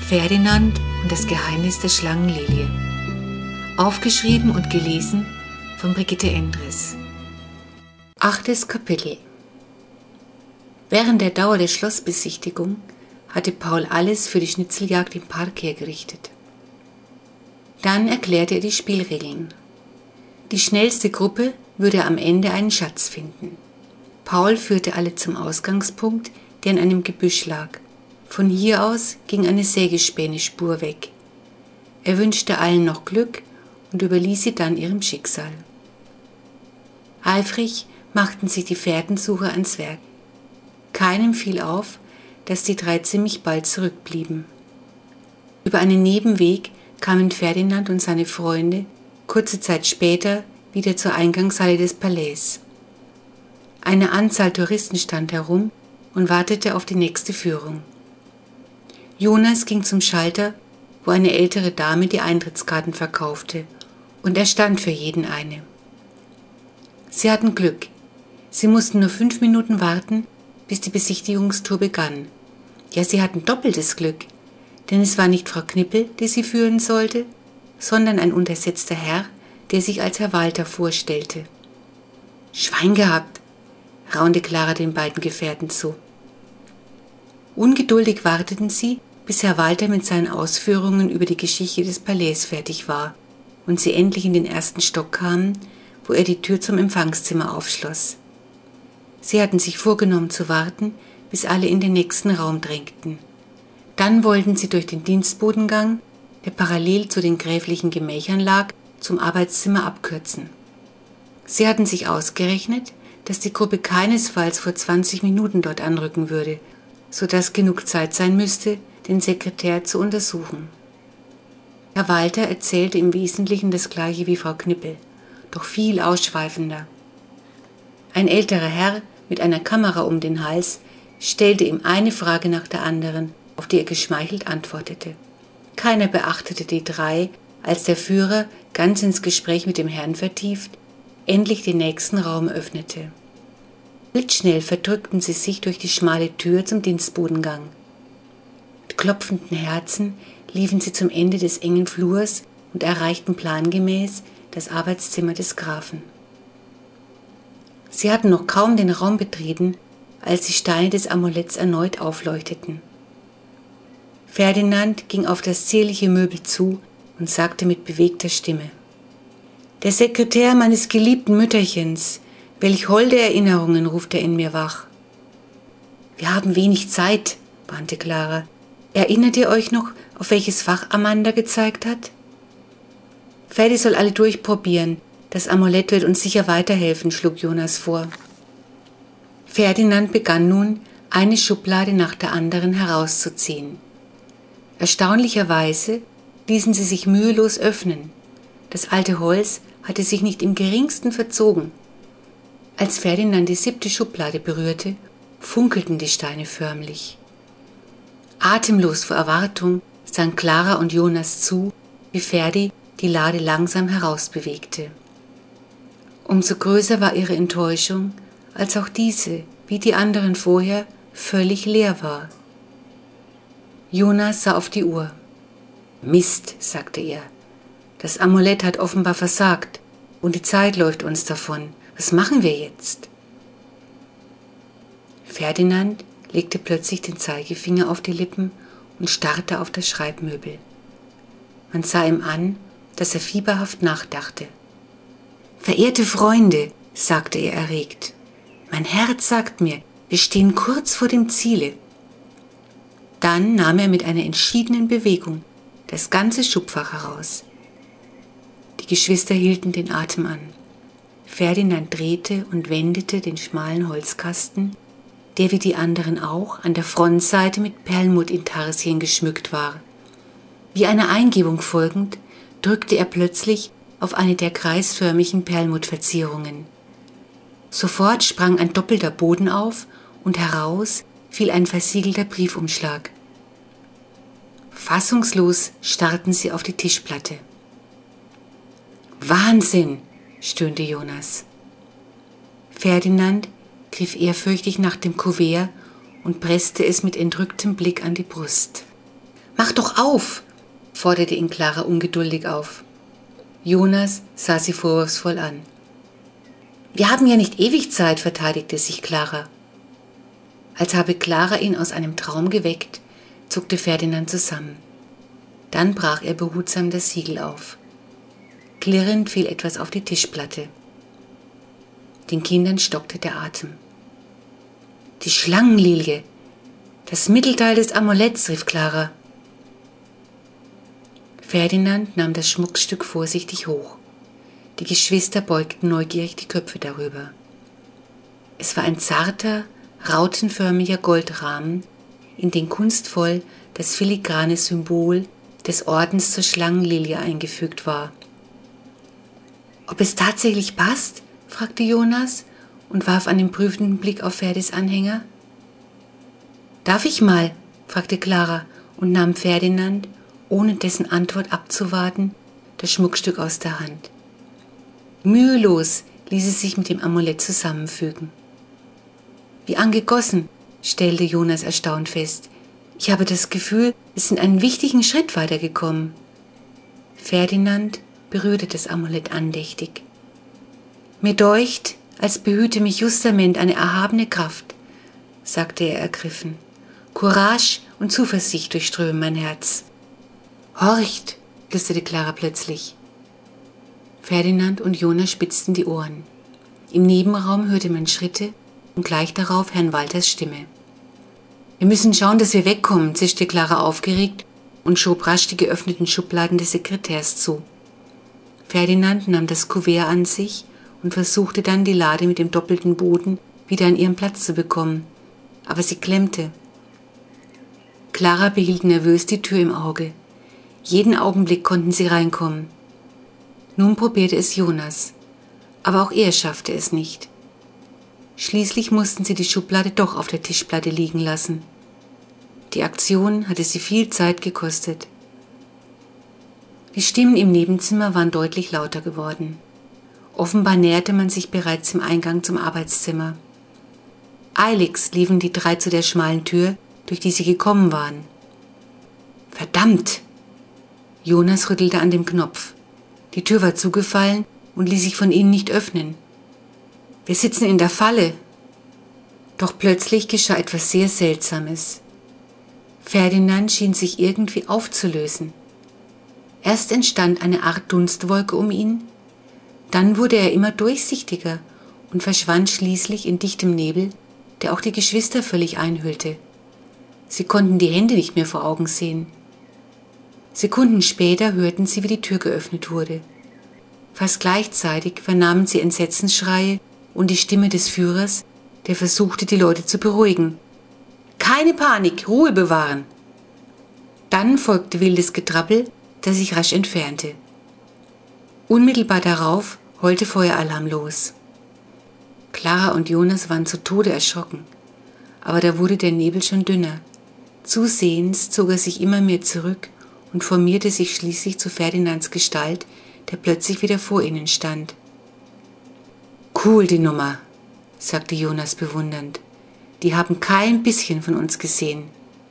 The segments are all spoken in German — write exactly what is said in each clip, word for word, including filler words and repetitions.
Ferdinand und das Geheimnis der Schlangenlilie. Aufgeschrieben und gelesen von Brigitte Endres. Achtes Kapitel. Während der Dauer der Schlossbesichtigung hatte Paul alles für die Schnitzeljagd im Park hergerichtet. Dann erklärte er die Spielregeln. Die schnellste Gruppe würde am Ende einen Schatz finden. Paul führte alle zum Ausgangspunkt, der in einem Gebüsch lag. Von hier aus ging eine Sägespäne-Spur weg. Er wünschte allen noch Glück und überließ sie dann ihrem Schicksal. Eifrig machten sich die Fährtensucher ans Werk. Keinem fiel auf, dass die drei ziemlich bald zurückblieben. Über einen Nebenweg kamen Ferdinand und seine Freunde kurze Zeit später wieder zur Eingangshalle des Palais. Eine Anzahl Touristen stand herum und wartete auf die nächste Führung. Jonas ging zum Schalter, wo eine ältere Dame die Eintrittskarten verkaufte, und er stand für jeden eine. Sie hatten Glück. Sie mussten nur fünf Minuten warten, bis die Besichtigungstour begann. Ja, sie hatten doppeltes Glück, denn es war nicht Frau Knippel, die sie führen sollte, sondern ein untersetzter Herr, der sich als Herr Walter vorstellte. »Schwein gehabt«, raunte Clara den beiden Gefährten zu. Ungeduldig warteten sie, bis Herr Walter mit seinen Ausführungen über die Geschichte des Palais fertig war und sie endlich in den ersten Stock kamen, wo er die Tür zum Empfangszimmer aufschloss. Sie hatten sich vorgenommen zu warten, bis alle in den nächsten Raum drängten. Dann wollten sie durch den Dienstbodengang, der parallel zu den gräflichen Gemächern lag, zum Arbeitszimmer abkürzen. Sie hatten sich ausgerechnet, dass die Gruppe keinesfalls vor zwanzig Minuten dort anrücken würde, sodass genug Zeit sein müsste, den Sekretär zu untersuchen. Herr Walter erzählte im Wesentlichen das Gleiche wie Frau Knippel, doch viel ausschweifender. Ein älterer Herr mit einer Kamera um den Hals stellte ihm eine Frage nach der anderen, auf die er geschmeichelt antwortete. Keiner beachtete die drei, als der Führer, ganz ins Gespräch mit dem Herrn vertieft, endlich den nächsten Raum öffnete. Blitzschnell verdrückten sie sich durch die schmale Tür zum Dienstbodengang. Mit klopfenden Herzen liefen sie zum Ende des engen Flurs und erreichten plangemäß das Arbeitszimmer des Grafen. Sie hatten noch kaum den Raum betreten, als die Steine des Amuletts erneut aufleuchteten. Ferdinand ging auf das zierliche Möbel zu und sagte mit bewegter Stimme: »Der Sekretär meines geliebten Mütterchens, welch holde Erinnerungen ruft er in mir wach.« »Wir haben wenig Zeit«, warnte Clara. »Erinnert ihr euch noch, auf welches Fach Amanda gezeigt hat?« »Ferdi soll alle durchprobieren. Das Amulett wird uns sicher weiterhelfen«, schlug Jonas vor. Ferdinand begann nun, eine Schublade nach der anderen herauszuziehen. Erstaunlicherweise ließen sie sich mühelos öffnen. Das alte Holz hatte sich nicht im geringsten verzogen. Als Ferdinand die siebte Schublade berührte, funkelten die Steine förmlich. Atemlos vor Erwartung sahen Clara und Jonas zu, wie Ferdi die Lade langsam herausbewegte. Umso größer war ihre Enttäuschung, als auch diese, wie die anderen vorher, völlig leer war. Jonas sah auf die Uhr. »Mist«, sagte er, »das Amulett hat offenbar versagt und die Zeit läuft uns davon. Was machen wir jetzt?« Ferdinand legte plötzlich den Zeigefinger auf die Lippen und starrte auf das Schreibmöbel. Man sah ihm an, dass er fieberhaft nachdachte. »Verehrte Freunde«, sagte er erregt, »mein Herz sagt mir, wir stehen kurz vor dem Ziele.« Dann nahm er mit einer entschiedenen Bewegung das ganze Schubfach heraus. Die Geschwister hielten den Atem an. Ferdinand drehte und wendete den schmalen Holzkasten, der wie die anderen auch an der Frontseite mit Perlmuttintarsien geschmückt war. Wie einer Eingebung folgend, drückte er plötzlich auf eine der kreisförmigen Perlmuttverzierungen. Sofort sprang ein doppelter Boden auf und heraus fiel ein versiegelter Briefumschlag. Fassungslos starrten sie auf die Tischplatte. »Wahnsinn«, stöhnte Jonas. Ferdinand griff ehrfürchtig nach dem Kuvert und presste es mit entrücktem Blick an die Brust. Mach doch auf, forderte ihn Clara ungeduldig auf. Jonas sah sie vorwurfsvoll an. Wir haben ja nicht ewig Zeit, verteidigte sich Clara. Als habe Clara ihn aus einem Traum geweckt, zuckte Ferdinand zusammen. Dann brach er behutsam das Siegel auf. Klirrend fiel etwas auf die Tischplatte. Den Kindern stockte der Atem. Die Schlangenlilie, das Mittelteil des Amuletts, rief Clara. Ferdinand nahm das Schmuckstück vorsichtig hoch. Die Geschwister beugten neugierig die Köpfe darüber. Es war ein zarter, rautenförmiger Goldrahmen, in den kunstvoll das filigrane Symbol des Ordens zur Schlangenlilie eingefügt war. »Ob es tatsächlich passt?« fragte Jonas und warf einen prüfenden Blick auf Ferdis Anhänger. »Darf ich mal?« fragte Clara und nahm Ferdinand, ohne dessen Antwort abzuwarten, das Schmuckstück aus der Hand. Mühelos ließ es sich mit dem Amulett zusammenfügen. »Wie angegossen«, stellte Jonas erstaunt fest. »Ich habe das Gefühl, wir sind einen wichtigen Schritt weitergekommen.« Ferdinand berührte das Amulett andächtig. »Mir deucht, als behüte mich justament eine erhabene Kraft«, sagte er ergriffen. »Courage und Zuversicht durchströmen mein Herz.« »Horcht«, flüsterte Clara plötzlich. Ferdinand und Jonas spitzten die Ohren. Im Nebenraum hörte man Schritte und gleich darauf Herrn Walters Stimme. »Wir müssen schauen, dass wir wegkommen«, zischte Clara aufgeregt und schob rasch die geöffneten Schubladen des Sekretärs zu. Ferdinand nahm das Kuvert an sich und versuchte dann, die Lade mit dem doppelten Boden wieder an ihren Platz zu bekommen. Aber sie klemmte. Clara behielt nervös die Tür im Auge. Jeden Augenblick konnten sie reinkommen. Nun probierte es Jonas, aber auch er schaffte es nicht. Schließlich mussten sie die Schublade doch auf der Tischplatte liegen lassen. Die Aktion hatte sie viel Zeit gekostet. Die Stimmen im Nebenzimmer waren deutlich lauter geworden. Offenbar näherte man sich bereits im Eingang zum Arbeitszimmer. Eiligst liefen die drei zu der schmalen Tür, durch die sie gekommen waren. »Verdammt!« Jonas rüttelte an dem Knopf. Die Tür war zugefallen und ließ sich von innen nicht öffnen. »Wir sitzen in der Falle!« Doch plötzlich geschah etwas sehr Seltsames. Ferdinand schien sich irgendwie aufzulösen. Erst entstand eine Art Dunstwolke um ihn, dann wurde er immer durchsichtiger und verschwand schließlich in dichtem Nebel, der auch die Geschwister völlig einhüllte. Sie konnten die Hände nicht mehr vor Augen sehen. Sekunden später hörten sie, wie die Tür geöffnet wurde. Fast gleichzeitig vernahmen sie Entsetzensschreie und die Stimme des Führers, der versuchte, die Leute zu beruhigen. »Keine Panik, Ruhe bewahren!« Dann folgte wildes Getrappel, das sich rasch entfernte. Unmittelbar darauf heulte Feueralarm los. Clara und Jonas waren zu Tode erschrocken, aber da wurde der Nebel schon dünner. Zusehends zog er sich immer mehr zurück und formierte sich schließlich zu Ferdinands Gestalt, der plötzlich wieder vor ihnen stand. »Cool, die Nummer«, sagte Jonas bewundernd. »Die haben kein bisschen von uns gesehen.«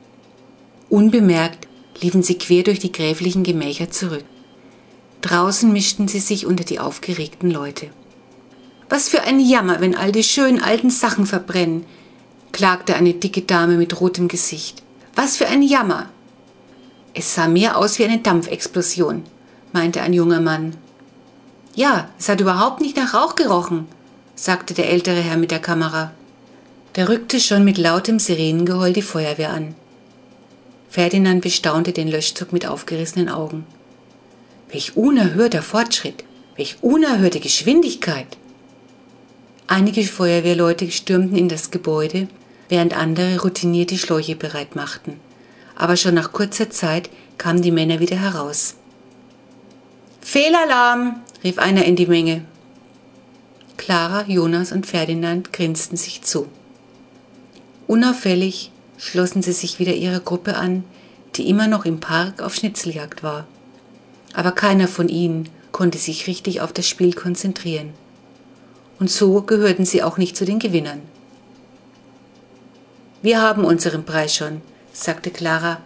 Unbemerkt liefen sie quer durch die gräflichen Gemächer zurück. Draußen mischten sie sich unter die aufgeregten Leute. »Was für ein Jammer, wenn all die schönen alten Sachen verbrennen«, klagte eine dicke Dame mit rotem Gesicht. »Was für ein Jammer!« »Es sah mehr aus wie eine Dampfexplosion«, meinte ein junger Mann. »Ja, es hat überhaupt nicht nach Rauch gerochen«, sagte der ältere Herr mit der Kamera. Da rückte schon mit lautem Sirenengeheul die Feuerwehr an. Ferdinand bestaunte den Löschzug mit aufgerissenen Augen. Welch unerhörter Fortschritt, welch unerhörte Geschwindigkeit! Einige Feuerwehrleute stürmten in das Gebäude, während andere routiniert die Schläuche bereit machten. Aber schon nach kurzer Zeit kamen die Männer wieder heraus. »Fehlalarm«, rief einer in die Menge. Clara, Jonas und Ferdinand grinsten sich zu. Unauffällig schlossen sie sich wieder ihrer Gruppe an, die immer noch im Park auf Schnitzeljagd war. Aber keiner von ihnen konnte sich richtig auf das Spiel konzentrieren. Und so gehörten sie auch nicht zu den Gewinnern. »Wir haben unseren Preis schon«, sagte Clara,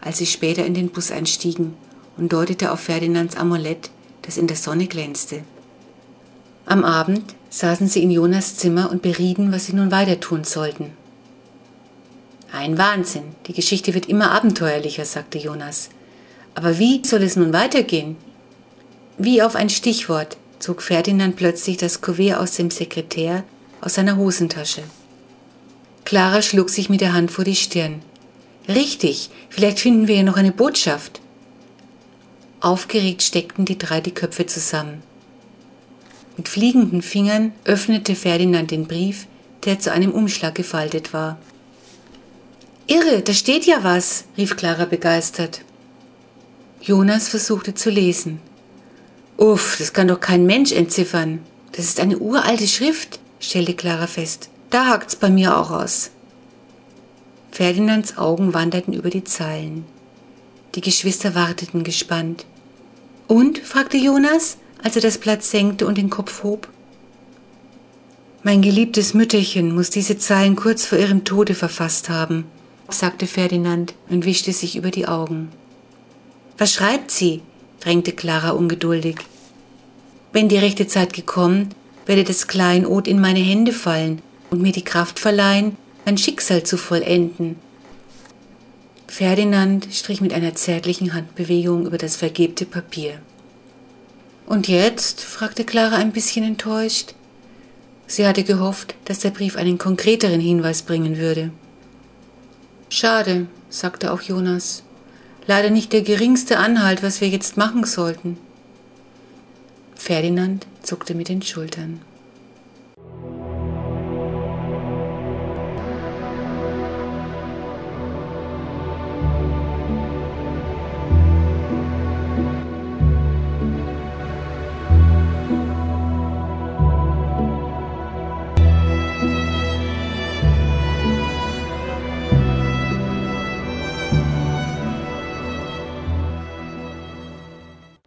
als sie später in den Bus einstiegen, und deutete auf Ferdinands Amulett, das in der Sonne glänzte. Am Abend saßen sie in Jonas Zimmer und berieten, was sie nun weiter tun sollten. Ein Wahnsinn, die Geschichte wird immer abenteuerlicher, sagte Jonas. Aber wie soll es nun weitergehen? Wie auf ein Stichwort zog Ferdinand plötzlich das Kuvert aus dem Sekretär aus seiner Hosentasche. Clara schlug sich mit der Hand vor die Stirn. Richtig, vielleicht finden wir ja noch eine Botschaft. Aufgeregt steckten die drei die Köpfe zusammen. Mit fliegenden Fingern öffnete Ferdinand den Brief, der zu einem Umschlag gefaltet war. »Irre, da steht ja was«, rief Clara begeistert. Jonas versuchte zu lesen. »Uff, das kann doch kein Mensch entziffern. Das ist eine uralte Schrift«, stellte Clara fest. »Da hakt's bei mir auch aus.« Ferdinands Augen wanderten über die Zeilen. Die Geschwister warteten gespannt. »Und?«, fragte Jonas, als er das Blatt senkte und den Kopf hob. »Mein geliebtes Mütterchen muss diese Zeilen kurz vor ihrem Tode verfasst haben«, sagte Ferdinand und wischte sich über die Augen. »Was schreibt sie?«, drängte Clara ungeduldig. »Wenn die rechte Zeit gekommen, werde das Kleinod in meine Hände fallen und mir die Kraft verleihen, mein Schicksal zu vollenden.« Ferdinand strich mit einer zärtlichen Handbewegung über das vergilbte Papier. »Und jetzt?«, fragte Clara ein bisschen enttäuscht. Sie hatte gehofft, dass der Brief einen konkreteren Hinweis bringen würde. »Schade«, sagte auch Jonas. »Leider nicht der geringste Anhalt, was wir jetzt machen sollten.« Ferdinand zuckte mit den Schultern.